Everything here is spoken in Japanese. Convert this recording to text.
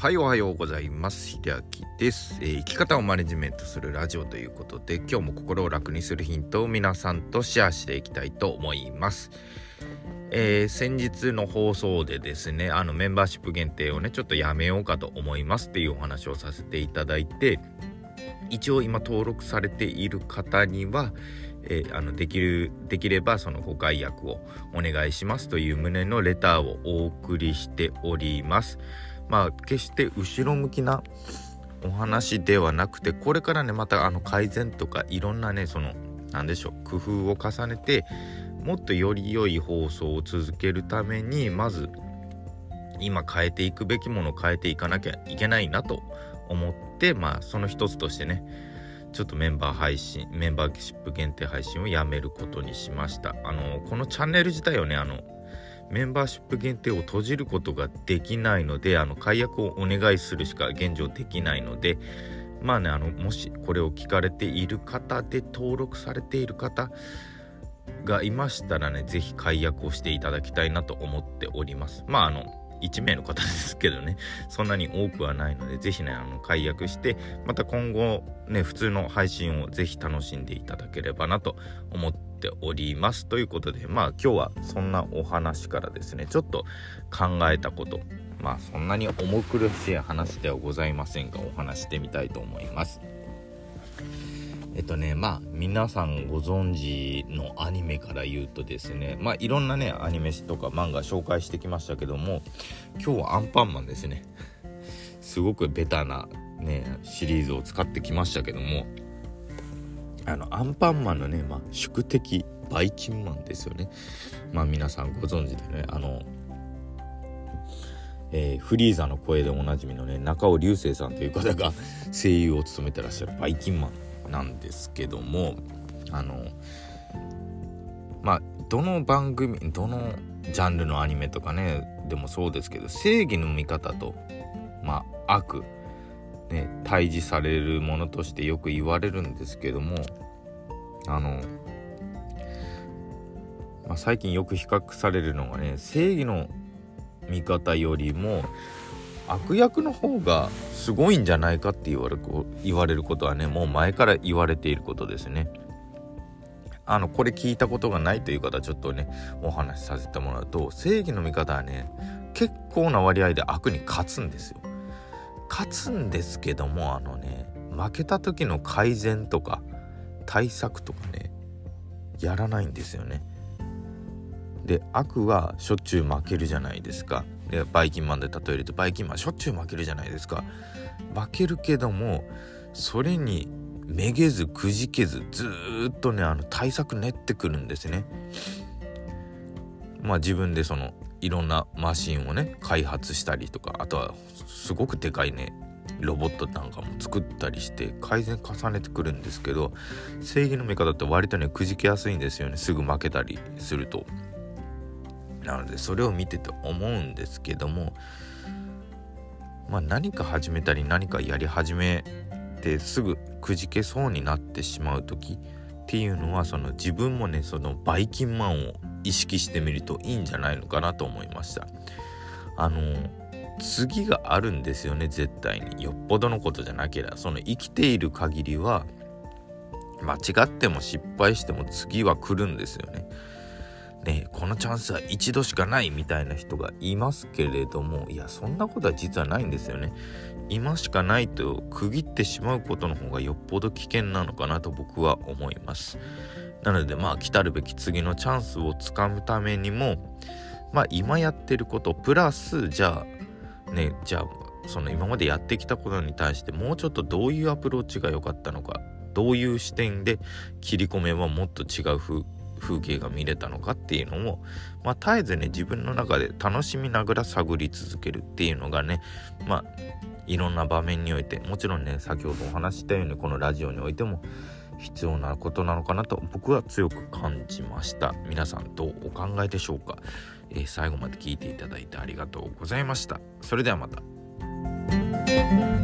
はい、おはようございます。秀明です。生き方をマネジメントするラジオということで、今日も心を楽にするヒントを皆さんとシェアしていきたいと思います。先日の放送でですね、メンバーシップ限定をねちょっとやめようかと思いますっていうお話をさせていただいて、一応今登録されている方にはできればそのご解約をお願いしますという旨のレターをお送りしております。決して後ろ向きなお話ではなくて、これからねまた改善とかいろんなね工夫を重ねてもっとより良い放送を続けるために、まず今変えていくべきものを変えていかなきゃいけないなと思って、その一つとしてねちょっとメンバーシップ限定配信をやめることにしました。このチャンネル自体をねメンバーシップ限定を閉じることができないので、解約をお願いするしか現状できないので、もしこれを聞かれている方で登録されている方がいましたらね、ぜひ解約をしていただきたいなと思っております。1名の方ですけどね、そんなに多くはないので、ぜひね解約して、また今後ね普通の配信をぜひ楽しんでいただければなと思っております。ということで今日はそんなお話からですね、ちょっと考えたこと、そんなに重苦しい話ではございませんが、お話してみたいと思います。皆さんご存知のアニメから言うとですね、いろんなねアニメとか漫画紹介してきましたけども、今日はアンパンマンですね。すごくベタなねシリーズを使ってきましたけども、アンパンマンのね宿敵バイキンマンですよね。皆さんご存知でね、フリーザの声でおなじみのね中尾隆聖さんという方が声優を務めてらっしゃるバイキンマンなんですけども、どの番組どのジャンルのアニメとかねでもそうですけど、正義の味方と悪ね対峙されるものとしてよく言われるんですけども、最近よく比較されるのがね、正義の味方よりも悪役の方がすごいんじゃないかって言われることはね、もう前から言われていることですね。これ聞いたことがないという方はちょっとねお話しさせてもらうと、正義の味方はね結構な割合で悪に勝つんですよ。勝つんですけども負けた時の改善とか対策とかねやらないんですよね。で悪はしょっちゅう負けるじゃないですか。でバイキンマンで例えると、バイキンマンしょっちゅう負けるじゃないですか。負けるけどもそれにめげずくじけずずーっとね対策練ってくるんですね。自分でいろんなマシンをね開発したりとか、あとはすごくでかいねロボットなんかも作ったりして改善重ねてくるんですけど、正義の味方って割とねくじけやすいんですよね、すぐ負けたりすると。なのでそれを見てて思うんですけども、何か始めたり何かやり始めてすぐくじけそうになってしまう時っていうのは、自分もねバイキンマンを意識してみるといいんじゃないのかなと思いました。次があるんですよね、絶対に。よっぽどのことじゃなければ、生きている限りは間違っても失敗しても次は来るんですよね。このチャンスは一度しかないみたいな人がいますけれども、いやそんなことは実はないんですよね。今しかないと区切ってしまうことの方がよっぽど危険なのかなと僕は思います。なので来たるべき次のチャンスをつかむためにも、今やってることプラス今までやってきたことに対してもうちょっとどういうアプローチが良かったのか、どういう視点で切り込めばもっと違う風景が見れたのかっていうのも、絶えずね自分の中で楽しみながら探り続けるっていうのがね、いろんな場面において、もちろんね先ほどお話ししたようにこのラジオにおいても必要なことなのかなと僕は強く感じました。皆さんどうお考えでしょうか。最後まで聞いていただいてありがとうございました。それではまた。